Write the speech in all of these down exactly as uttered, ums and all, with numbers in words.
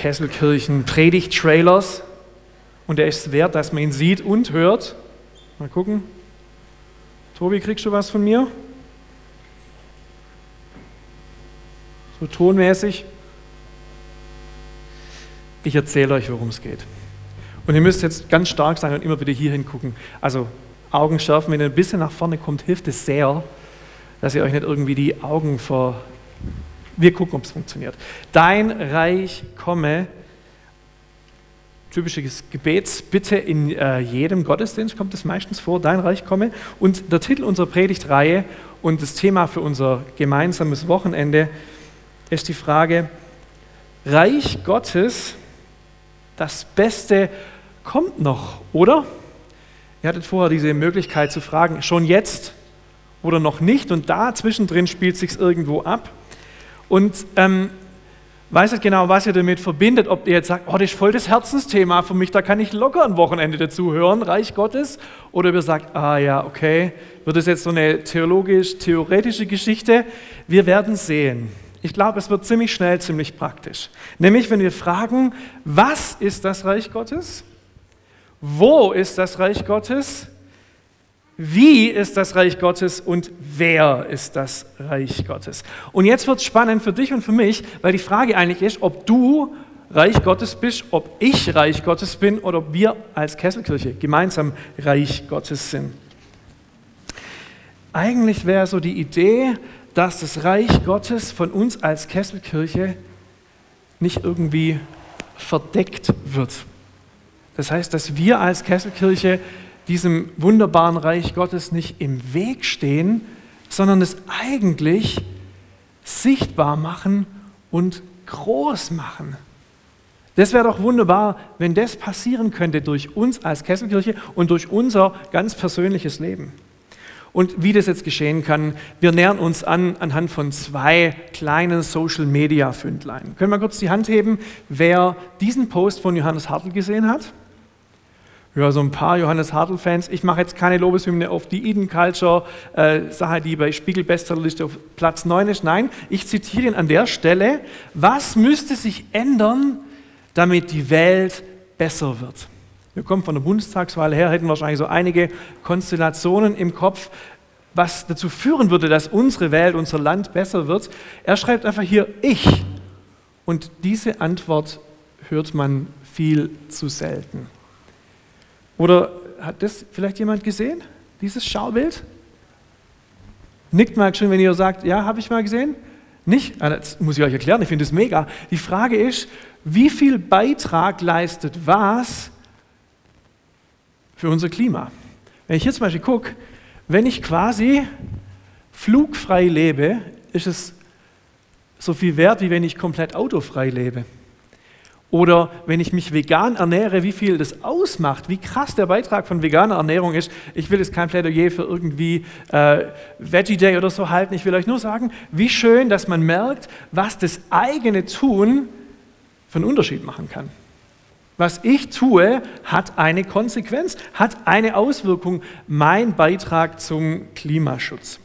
Kesselkirchen Predigt-Trailers und er ist wert, dass man ihn sieht und hört. Mal gucken. Tobi, kriegst du was von mir? So tonmäßig. Ich erzähle euch, worum es geht. Und ihr müsst jetzt ganz stark sein und immer wieder hier hingucken. Also Augen schärfen, wenn ihr ein bisschen nach vorne kommt, hilft es sehr, dass ihr euch nicht irgendwie die Augen vor... Wir gucken, ob es funktioniert. Dein Reich komme, typisches Gebetsbitte in äh, jedem Gottesdienst kommt es meistens vor, dein Reich komme. Und der Titel unserer Predigtreihe und das Thema für unser gemeinsames Wochenende ist die Frage, Reich Gottes, das Beste kommt noch, oder? Ihr hattet vorher diese Möglichkeit zu fragen, schon jetzt oder noch nicht, und da zwischendrin spielt es sich irgendwo ab. Und ähm, weiß nicht genau, was ihr damit verbindet, ob ihr jetzt sagt, oh, das ist voll das Herzensthema für mich, da kann ich locker ein Wochenende dazu hören, Reich Gottes, oder ihr sagt, ah ja, okay, wird es jetzt so eine theologisch-theoretische Geschichte? Wir werden sehen. Ich glaube, es wird ziemlich schnell, ziemlich praktisch. Nämlich, wenn wir fragen, was ist das Reich Gottes? Wo ist das Reich Gottes? Wie ist das Reich Gottes und wer ist das Reich Gottes? Und jetzt wird es spannend für dich und für mich, weil die Frage eigentlich ist, ob du Reich Gottes bist, ob ich Reich Gottes bin oder ob wir als Kesselkirche gemeinsam Reich Gottes sind. Eigentlich wäre so die Idee, dass das Reich Gottes von uns als Kesselkirche nicht irgendwie verdeckt wird. Das heißt, dass wir als Kesselkirche diesem wunderbaren Reich Gottes nicht im Weg stehen, sondern es eigentlich sichtbar machen und groß machen. Das wäre doch wunderbar, wenn das passieren könnte durch uns als Kesselkirche und durch unser ganz persönliches Leben. Und wie das jetzt geschehen kann, wir nähern uns an anhand von zwei kleinen Social-Media-Fündlein. Können wir kurz die Hand heben, wer diesen Post von Johannes Hartl gesehen hat? Ja, so ein paar Johannes Hartl-Fans. Ich mache jetzt keine Lobeshymne auf die Eden Culture-Sache, äh, die bei Spiegel Bestsellerliste auf Platz neun ist. Nein, ich zitiere ihn an der Stelle. Was müsste sich ändern, damit die Welt besser wird? Wir kommen von der Bundestagswahl her, hätten wahrscheinlich so einige Konstellationen im Kopf, was dazu führen würde, dass unsere Welt, unser Land besser wird. Er schreibt einfach hier, ich. Und diese Antwort hört man viel zu selten. Oder hat das vielleicht jemand gesehen, dieses Schaubild? Nickt mal schön, wenn ihr sagt, ja, habe ich mal gesehen? Nicht? Das muss ich euch erklären, ich finde es mega. Die Frage ist, wie viel Beitrag leistet was für unser Klima? Wenn ich hier zum Beispiel gucke, wenn ich quasi flugfrei lebe, ist es so viel wert, wie wenn ich komplett autofrei lebe. Oder wenn ich mich vegan ernähre, wie viel das ausmacht, wie krass der Beitrag von veganer Ernährung ist. Ich will jetzt kein Plädoyer für irgendwie äh, Veggie Day oder so halten. Ich will euch nur sagen, wie schön, dass man merkt, was das eigene Tun für einen Unterschied machen kann. Was ich tue, hat eine Konsequenz, hat eine Auswirkung, mein Beitrag zum Klimaschutz.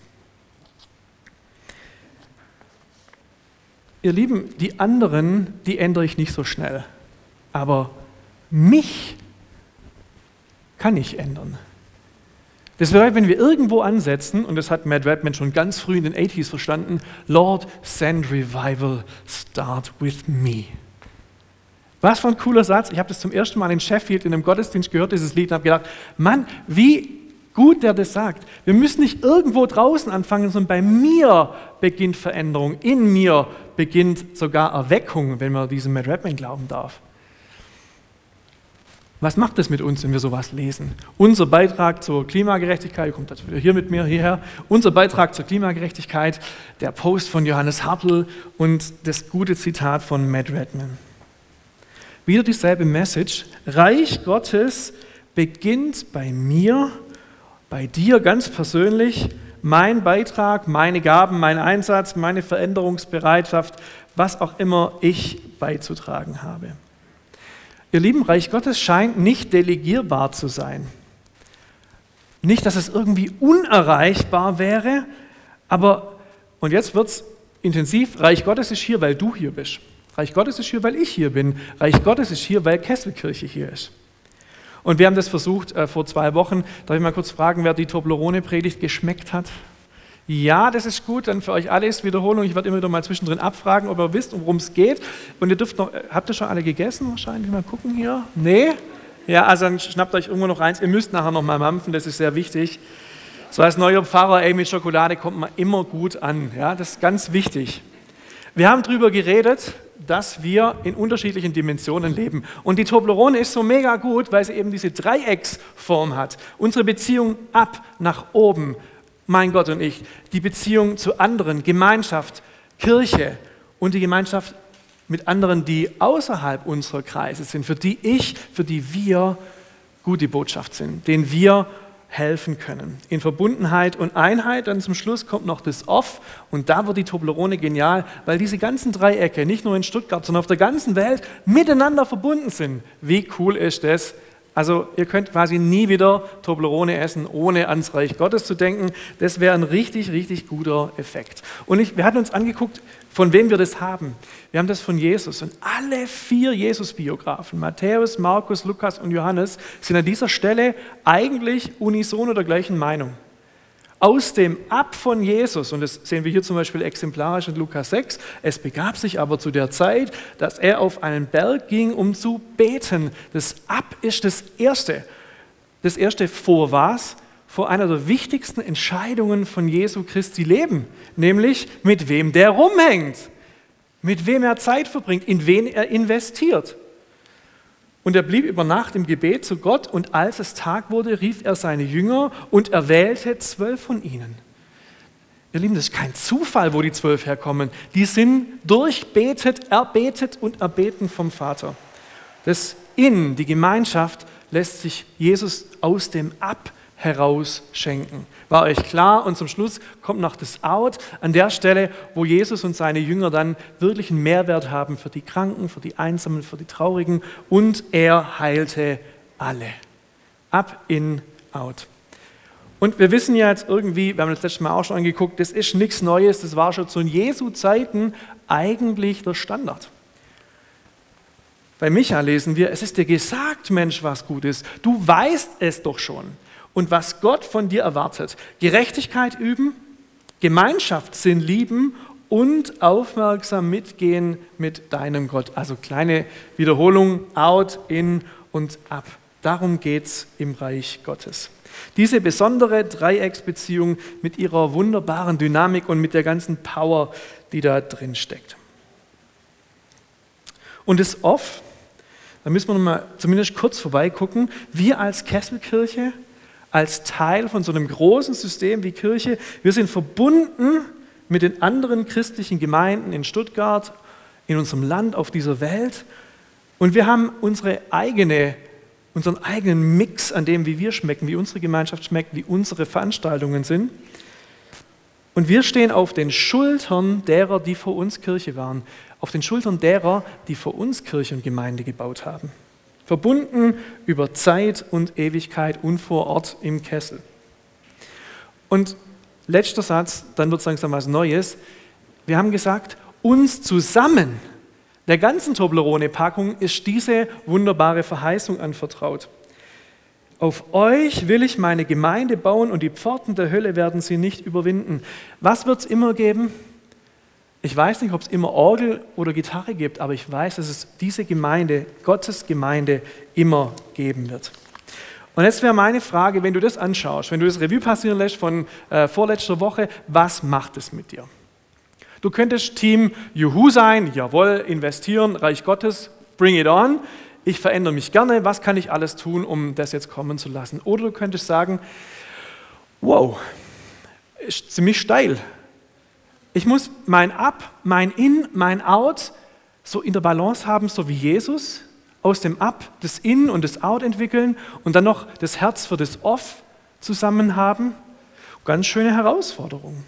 Ihr Lieben, die anderen, die ändere ich nicht so schnell. Aber mich kann ich ändern. Das bedeutet, wenn wir irgendwo ansetzen, und das hat Matt Redman schon ganz früh in den achtziger verstanden, Lord, send revival, start with me. Was für ein cooler Satz. Ich habe das zum ersten Mal in Sheffield in einem Gottesdienst gehört, dieses Lied, und habe gedacht, Mann, wie gut der das sagt. Wir müssen nicht irgendwo draußen anfangen, sondern bei mir beginnt Veränderung, in mir beginnt sogar Erweckung, wenn man diesem Matt Redman glauben darf. Was macht das mit uns, wenn wir sowas lesen? Unser Beitrag zur Klimagerechtigkeit, ihr kommt jetzt wieder hier mit mir hierher, unser Beitrag zur Klimagerechtigkeit, der Post von Johannes Hartl und das gute Zitat von Matt Redman. Wieder dieselbe Message. Reich Gottes beginnt bei mir, bei dir ganz persönlich. Mein Beitrag, meine Gaben, mein Einsatz, meine Veränderungsbereitschaft, was auch immer ich beizutragen habe. Ihr Lieben, Reich Gottes scheint nicht delegierbar zu sein. Nicht, dass es irgendwie unerreichbar wäre, aber, und jetzt wird es intensiv, Reich Gottes ist hier, weil du hier bist. Reich Gottes ist hier, weil ich hier bin. Reich Gottes ist hier, weil Kesselkirche hier ist. Und wir haben das versucht äh, vor zwei Wochen. Darf ich mal kurz fragen, wer die Toblerone-Predigt geschmeckt hat? Ja, das ist gut, dann für euch alle ist Wiederholung. Ich werde immer wieder mal zwischendrin abfragen, ob ihr wisst, worum es geht. Und ihr dürft noch, habt ihr schon alle gegessen wahrscheinlich? Mal gucken hier. Nee? Ja, also dann schnappt euch irgendwo noch eins. Ihr müsst nachher noch mal mampfen, das ist sehr wichtig. So als neuer Pfarrer, ey, mit Schokolade kommt man immer gut an. Ja, das ist ganz wichtig. Wir haben darüber geredet, dass wir in unterschiedlichen Dimensionen leben. Und die Toblerone ist so mega gut, weil sie eben diese Dreiecksform hat. Unsere Beziehung ab nach oben, mein Gott und ich, die Beziehung zu anderen, Gemeinschaft, Kirche und die Gemeinschaft mit anderen, die außerhalb unserer Kreise sind, für die ich, für die wir gute Botschaft sind, denen wir helfen können. In Verbundenheit und Einheit, dann zum Schluss kommt noch das Off und da wird die Toblerone genial, weil diese ganzen Dreiecke, nicht nur in Stuttgart, sondern auf der ganzen Welt miteinander verbunden sind. Wie cool ist das? Also ihr könnt quasi nie wieder Toblerone essen, ohne ans Reich Gottes zu denken. Das wäre ein richtig, richtig guter Effekt. Und ich, wir hatten uns angeguckt, von wem wir das haben. Wir haben das von Jesus. Und alle vier Jesus-Biografen, Matthäus, Markus, Lukas und Johannes, sind an dieser Stelle eigentlich unisono der gleichen Meinung. Aus dem Ab von Jesus, und das sehen wir hier zum Beispiel exemplarisch in Lukas sechs, es begab sich aber zu der Zeit, dass er auf einen Berg ging, um zu beten. Das Ab ist das Erste. Das Erste vor was? Vor einer der wichtigsten Entscheidungen von Jesu Christi Leben, nämlich mit wem der rumhängt, mit wem er Zeit verbringt, in wen er investiert. Und er blieb über Nacht im Gebet zu Gott und als es Tag wurde, rief er seine Jünger und erwählte zwölf von ihnen. Ihr Lieben, das ist kein Zufall, wo die zwölf herkommen. Die sind durchbetet, erbetet und erbeten vom Vater. Das In, die Gemeinschaft, lässt sich Jesus aus dem Ab heraus schenken. War euch klar? Und zum Schluss kommt noch das Out an der Stelle, wo Jesus und seine Jünger dann wirklich einen Mehrwert haben für die Kranken, für die Einsamen, für die Traurigen und er heilte alle. Ab, in, out. Und wir wissen ja jetzt irgendwie, wir haben das letzte Mal auch schon angeguckt, das ist nichts Neues, das war schon zu Jesu Zeiten eigentlich der Standard. Bei Micha lesen wir, es ist dir gesagt, Mensch, was gut ist. Du weißt es doch schon. Und was Gott von dir erwartet, Gerechtigkeit üben, Gemeinschaftssinn lieben und aufmerksam mitgehen mit deinem Gott. Also kleine Wiederholung, out, in und ab. Darum geht es im Reich Gottes. Diese besondere Dreiecksbeziehung mit ihrer wunderbaren Dynamik und mit der ganzen Power, die da drin steckt. Und das Off, da müssen wir noch mal zumindest kurz vorbeigucken, wir als Kesselkirche, als Teil von so einem großen System wie Kirche. Wir sind verbunden mit den anderen christlichen Gemeinden in Stuttgart, in unserem Land, auf dieser Welt. Und wir haben unsere eigene, unseren eigenen Mix an dem, wie wir schmecken, wie unsere Gemeinschaft schmeckt, wie unsere Veranstaltungen sind. Und wir stehen auf den Schultern derer, die vor uns Kirche waren, auf den Schultern derer, die vor uns Kirche und Gemeinde gebaut haben. Verbunden über Zeit und Ewigkeit und vor Ort im Kessel. Und letzter Satz, dann wird es langsam was Neues. Wir haben gesagt, uns zusammen, der ganzen Toblerone-Packung, ist diese wunderbare Verheißung anvertraut. Auf euch will ich meine Gemeinde bauen und die Pforten der Hölle werden sie nicht überwinden. Was wird es immer geben? Ich weiß nicht, ob es immer Orgel oder Gitarre gibt, aber ich weiß, dass es diese Gemeinde, Gottes Gemeinde, immer geben wird. Und jetzt wäre meine Frage, wenn du das anschaust, wenn du das Revue passieren lässt von äh, vorletzter Woche, was macht es mit dir? Du könntest Team Juhu sein, jawohl, investieren, Reich Gottes, bring it on, ich verändere mich gerne, was kann ich alles tun, um das jetzt kommen zu lassen? Oder du könntest sagen, wow, ist ziemlich steil. Ich muss mein Up, mein In, mein Out so in der Balance haben, so wie Jesus, aus dem Up das In und das Out entwickeln und dann noch das Herz für das Off zusammen haben. Ganz schöne Herausforderung.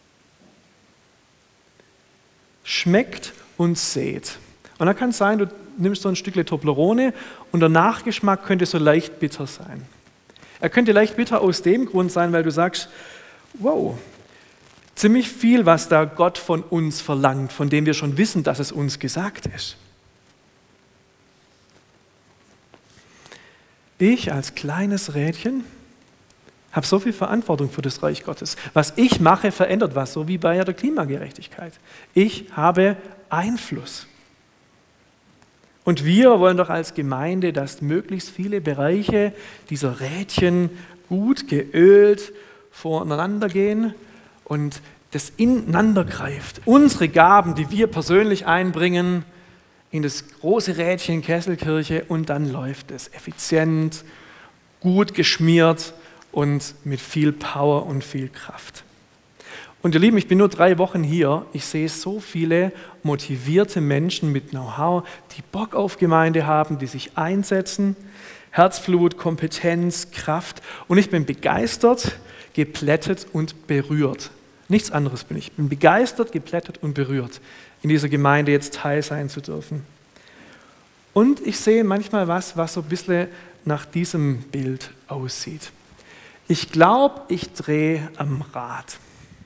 Schmeckt und seht. Und dann kann es sein, du nimmst so ein Stückchen Toblerone und der Nachgeschmack könnte so leicht bitter sein. Er könnte leicht bitter aus dem Grund sein, weil du sagst, wow, Ziemlich viel, was da Gott von uns verlangt, von dem wir schon wissen, dass es uns gesagt ist. Ich als kleines Rädchen habe so viel Verantwortung für das Reich Gottes. Was ich mache, verändert was, so wie bei der Klimagerechtigkeit. Ich habe Einfluss. Und wir wollen doch als Gemeinde, dass möglichst viele Bereiche dieser Rädchen gut geölt voneinander gehen und das ineinander greift. Unsere Gaben, die wir persönlich einbringen, in das große Rädchen Kesselkirche und dann läuft es effizient, gut geschmiert und mit viel Power und viel Kraft. Und ihr Lieben, ich bin nur drei Wochen hier. Ich sehe so viele motivierte Menschen mit Know-how, die Bock auf Gemeinde haben, die sich einsetzen. Herzblut, Kompetenz, Kraft. Und ich bin begeistert, geplättet und berührt. Nichts anderes bin ich. Ich bin begeistert, geplättet und berührt, in dieser Gemeinde jetzt Teil sein zu dürfen. Und ich sehe manchmal was, was so ein bisschen nach diesem Bild aussieht. Ich glaube, ich drehe am Rad.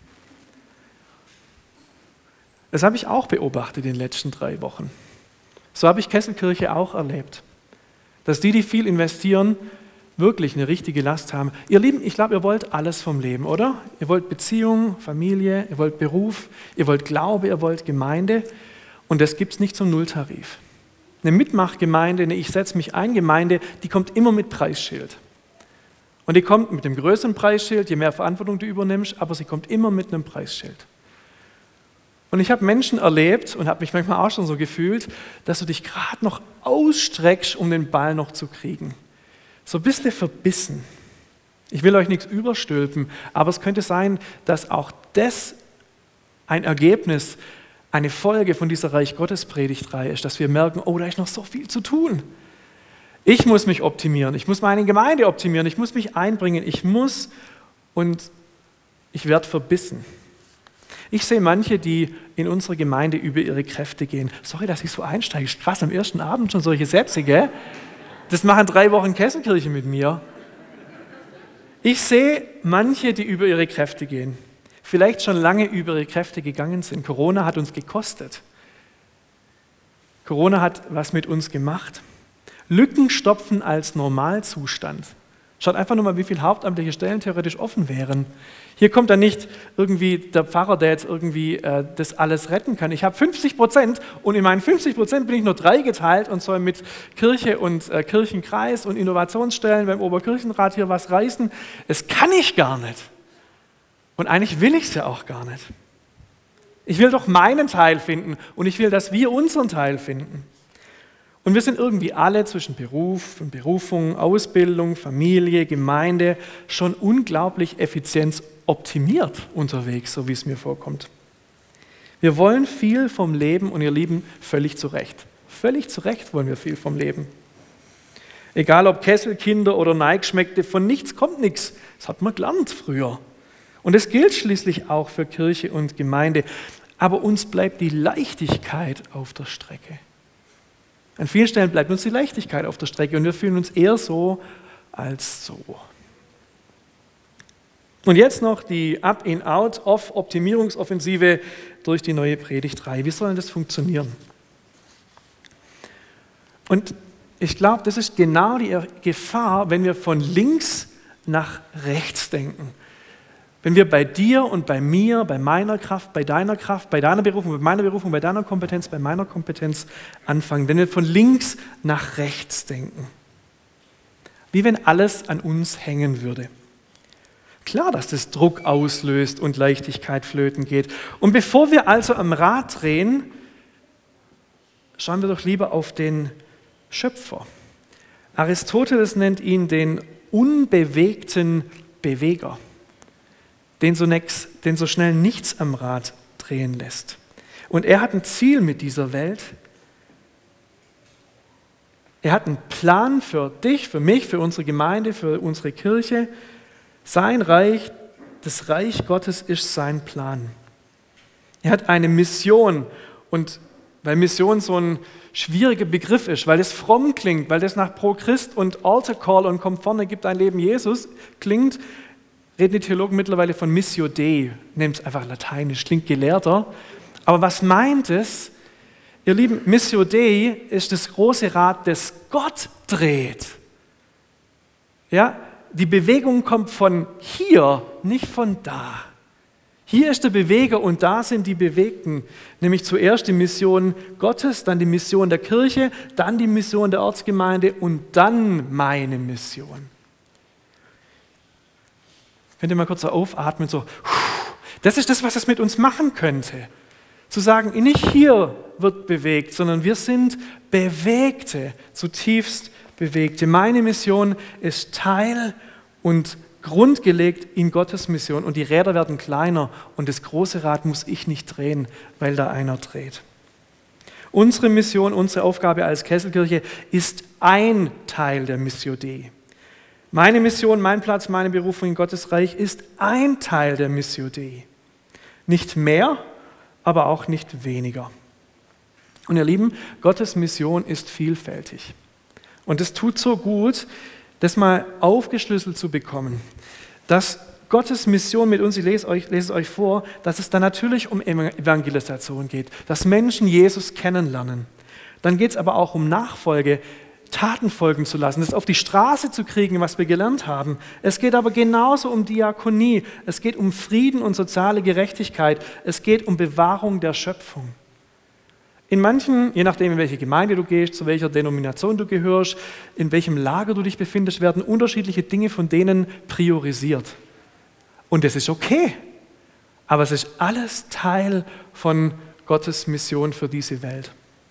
Das habe ich auch beobachtet in den letzten drei Wochen. So habe ich Kesselkirche auch erlebt. Dass die, die viel investieren, wirklich eine richtige Last haben. Ihr Lieben, ich glaube, ihr wollt alles vom Leben, oder? Ihr wollt Beziehung, Familie, ihr wollt Beruf, ihr wollt Glaube, ihr wollt Gemeinde. Und das gibt es nicht zum Nulltarif. Eine Mitmachgemeinde, eine Ich setze mich ein Gemeinde, die kommt immer mit Preisschild. Und die kommt mit dem größeren Preisschild, je mehr Verantwortung du übernimmst, aber sie kommt immer mit einem Preisschild. Und ich habe Menschen erlebt und habe mich manchmal auch schon so gefühlt, dass du dich gerade noch ausstreckst, um den Ball noch zu kriegen. So ein bisschen verbissen. Ich will euch nichts überstülpen, aber es könnte sein, dass auch das ein Ergebnis, eine Folge von dieser Reich Gottes Predigtreihe ist, dass wir merken, oh, da ist noch so viel zu tun. Ich muss mich optimieren, ich muss meine Gemeinde optimieren, ich muss mich einbringen, ich muss und ich werde verbissen. Ich sehe manche, die in unserer Gemeinde über ihre Kräfte gehen. Sorry, dass ich so einsteige. Krass, am ersten Abend schon solche Sätze, gell? Das machen drei Wochen Kesselkirche mit mir. Ich sehe manche, die über ihre Kräfte gehen. Vielleicht schon lange über ihre Kräfte gegangen sind. Corona hat uns gekostet. Corona hat was mit uns gemacht. Lücken stopfen als Normalzustand. Schaut einfach nur mal, wie viele hauptamtliche Stellen theoretisch offen wären. Hier kommt dann nicht irgendwie der Pfarrer, der jetzt irgendwie äh, das alles retten kann. Ich habe fünfzig Prozent und in meinen fünfzig Prozent bin ich nur drei geteilt und soll mit Kirche und äh, Kirchenkreis und Innovationsstellen beim Oberkirchenrat hier was reißen. Das kann ich gar nicht. Und eigentlich will ich es ja auch gar nicht. Ich will doch meinen Teil finden und ich will, dass wir unseren Teil finden. Und wir sind irgendwie alle zwischen Beruf und Berufung, Ausbildung, Familie, Gemeinde schon unglaublich effizienzoptimiert unterwegs, so wie es mir vorkommt. Wir wollen viel vom Leben und ihr Lieben völlig zu Recht. Völlig zu Recht wollen wir viel vom Leben. Egal ob Kesselkinder oder Neigeschmeckte, von nichts kommt nichts. Das hat man gelernt früher. Und es gilt schließlich auch für Kirche und Gemeinde. Aber uns bleibt die Leichtigkeit auf der Strecke. An vielen Stellen bleibt uns die Leichtigkeit auf der Strecke und wir fühlen uns eher so als so. Und jetzt noch die Up-in-Out-Off-Optimierungsoffensive durch die neue Predigtreihe. Wie soll das funktionieren? Und ich glaube, das ist genau die Gefahr, wenn wir von links nach rechts denken. Wenn wir bei dir und bei mir, bei meiner Kraft, bei deiner Kraft, bei deiner Berufung, bei meiner Berufung, bei deiner Kompetenz, bei meiner Kompetenz anfangen, wenn wir von links nach rechts denken. Wie wenn alles an uns hängen würde. Klar, dass das Druck auslöst und Leichtigkeit flöten geht. Und bevor wir also am Rad drehen, schauen wir doch lieber auf den Schöpfer. Aristoteles nennt ihn den unbewegten Beweger. Den so, nix, den so schnell nichts am Rad drehen lässt. Und er hat ein Ziel mit dieser Welt. Er hat einen Plan für dich, für mich, für unsere Gemeinde, für unsere Kirche. Sein Reich, das Reich Gottes ist sein Plan. Er hat eine Mission. Und weil Mission so ein schwieriger Begriff ist, weil es fromm klingt, weil das nach Pro Christ und Altar Call und kommt vorne, gibt ein Leben Jesus klingt, reden die Theologen mittlerweile von Missio Dei, nehmt es einfach lateinisch, klingt gelehrter. Aber was meint es? Ihr Lieben, Missio Dei ist das große Rad, das Gott dreht. Ja, die Bewegung kommt von hier, nicht von da. Hier ist der Beweger und da sind die Bewegten, nämlich zuerst die Mission Gottes, dann die Mission der Kirche, dann die Mission der Ortsgemeinde und dann meine Mission. Könnt ihr mal kurz so aufatmen, so, das ist das, was es mit uns machen könnte. Zu sagen, nicht hier wird bewegt, sondern wir sind Bewegte, zutiefst Bewegte. Meine Mission ist Teil und grundgelegt in Gottes Mission und die Räder werden kleiner und das große Rad muss ich nicht drehen, weil da einer dreht. Unsere Mission, unsere Aufgabe als Kesselkirche ist ein Teil der Missio Dei. Meine Mission, mein Platz, meine Berufung in Gottes Reich ist ein Teil der Missio Dei. Nicht mehr, aber auch nicht weniger. Und ihr Lieben, Gottes Mission ist vielfältig. Und es tut so gut, das mal aufgeschlüsselt zu bekommen, dass Gottes Mission mit uns, ich lese, euch, lese es euch vor, dass es dann natürlich um Evangelisation geht, dass Menschen Jesus kennenlernen. Dann geht es aber auch um Nachfolge, Taten folgen zu lassen, das auf die Straße zu kriegen, was wir gelernt haben. Es geht aber genauso um Diakonie, es geht um Frieden und soziale Gerechtigkeit, es geht um Bewahrung der Schöpfung. In manchen, je nachdem, in welche Gemeinde du gehst, zu welcher Denomination du gehörst, in welchem Lager du dich befindest, werden unterschiedliche Dinge von denen priorisiert. Und das ist okay, aber es ist alles Teil von Gottes Mission für diese Welt.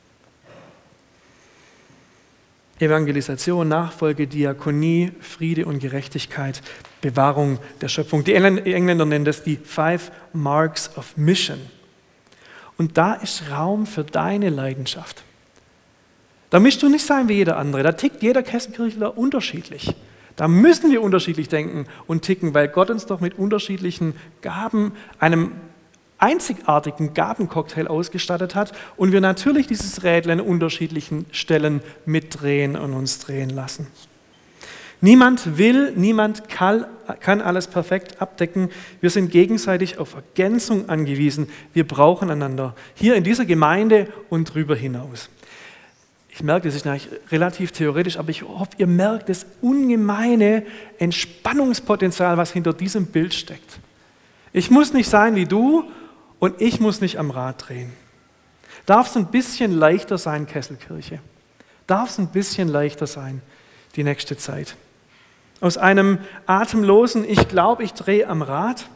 Evangelisation, Nachfolge, Diakonie, Friede und Gerechtigkeit, Bewahrung der Schöpfung. Die Engländer nennen das die Five Marks of Mission. Und da ist Raum für deine Leidenschaft. Da musst du nicht sein wie jeder andere. Da tickt jeder Kesselkirchler unterschiedlich. Da müssen wir unterschiedlich denken und ticken, weil Gott uns doch mit unterschiedlichen Gaben, einem einzigartigen Gabencocktail ausgestattet hat und wir natürlich dieses Rädchen an unterschiedlichen Stellen mitdrehen und uns drehen lassen. Niemand will, niemand kann, kann alles perfekt abdecken. Wir sind gegenseitig auf Ergänzung angewiesen. Wir brauchen einander, hier in dieser Gemeinde und darüber hinaus. Ich merke, das ist eigentlich relativ theoretisch, aber ich hoffe, ihr merkt das ungemeine Entspannungspotenzial, was hinter diesem Bild steckt. Ich muss nicht sein wie du und ich muss nicht am Rad drehen. Darf es ein bisschen leichter sein, Kesselkirche? Darf es ein bisschen leichter sein, die nächste Zeit? Aus einem atemlosen, ich glaube, ich drehe am Rad,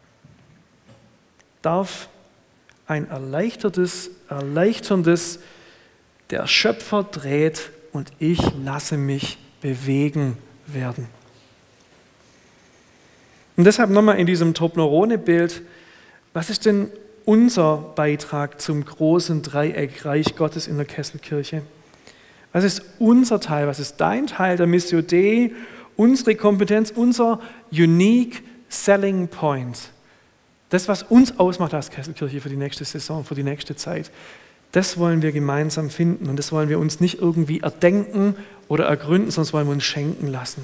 darf ein erleichtertes, erleichterndes, der Schöpfer dreht und ich lasse mich bewegen werden. Und deshalb nochmal in diesem Toblerone-Bild, was ist denn unser Beitrag zum großen Dreieck Reich Gottes in der Kesselkirche? Was ist unser Teil, was ist dein Teil der Missio Dei, unsere Kompetenz, unser unique selling point? Das, was uns ausmacht als Kesselkirche für die nächste Saison, für die nächste Zeit, das wollen wir gemeinsam finden und das wollen wir uns nicht irgendwie erdenken oder ergründen, sondern das wollen wir uns schenken lassen.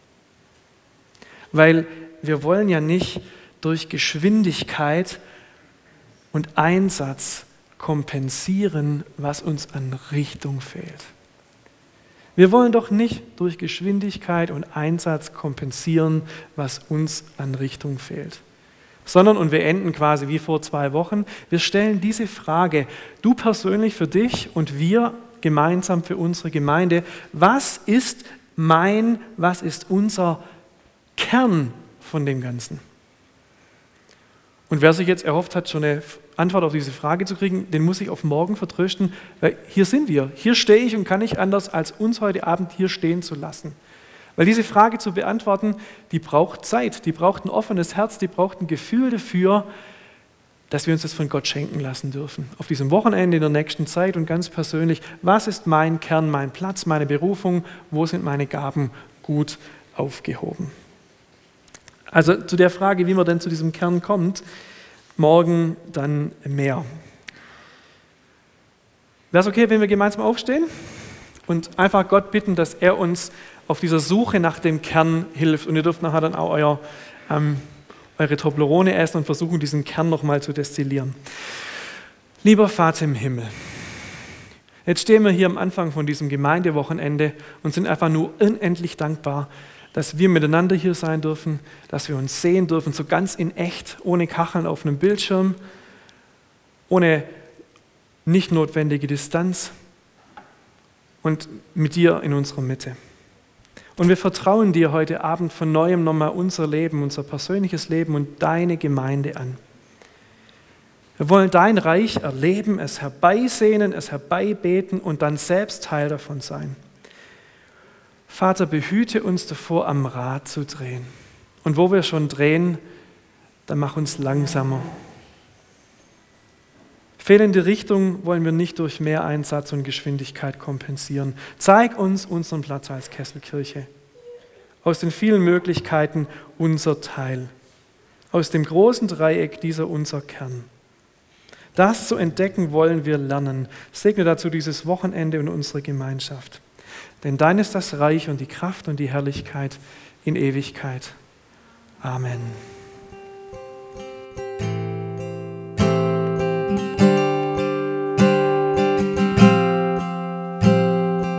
Weil wir wollen ja nicht durch Geschwindigkeit und Einsatz kompensieren, was uns an Richtung fehlt. Wir wollen doch nicht durch Geschwindigkeit und Einsatz kompensieren, was uns an Richtung fehlt. Sondern, und wir enden quasi wie vor zwei Wochen, wir stellen diese Frage, du persönlich für dich und wir gemeinsam für unsere Gemeinde, was ist mein, was ist unser Kern von dem Ganzen? Und wer sich jetzt erhofft hat, schon eine Antwort auf diese Frage zu kriegen, den muss ich auf morgen vertrösten, weil hier sind wir, hier stehe ich und kann nicht anders, als uns heute Abend hier stehen zu lassen. Weil diese Frage zu beantworten, die braucht Zeit, die braucht ein offenes Herz, die braucht ein Gefühl dafür, dass wir uns das von Gott schenken lassen dürfen. Auf diesem Wochenende, in der nächsten Zeit und ganz persönlich, was ist mein Kern, mein Platz, meine Berufung, wo sind meine Gaben gut aufgehoben? Also zu der Frage, wie man denn zu diesem Kern kommt, morgen dann mehr. Wäre es okay, wenn wir gemeinsam aufstehen und einfach Gott bitten, dass er uns auf dieser Suche nach dem Kern hilft. Und ihr dürft nachher dann auch euer ähm, eure Toblerone essen und versuchen, diesen Kern nochmal zu destillieren. Lieber Vater im Himmel, jetzt stehen wir hier am Anfang von diesem Gemeindewochenende und sind einfach nur unendlich dankbar, dass wir miteinander hier sein dürfen, dass wir uns sehen dürfen, so ganz in echt, ohne Kacheln auf einem Bildschirm, ohne nicht notwendige Distanz und mit dir in unserer Mitte. Und wir vertrauen dir heute Abend von Neuem nochmal unser Leben, unser persönliches Leben und deine Gemeinde an. Wir wollen dein Reich erleben, es herbeisehnen, es herbeibeten und dann selbst Teil davon sein. Vater, behüte uns davor, am Rad zu drehen. Und wo wir schon drehen, dann mach uns langsamer. Fehlende Richtung wollen wir nicht durch Mehreinsatz und Geschwindigkeit kompensieren. Zeig uns unseren Platz als Kesselkirche. Aus den vielen Möglichkeiten unser Teil. Aus dem großen Dreieck dieser unser Kern. Das zu entdecken wollen wir lernen. Segne dazu dieses Wochenende und unsere Gemeinschaft. Denn dein ist das Reich und die Kraft und die Herrlichkeit in Ewigkeit. Amen.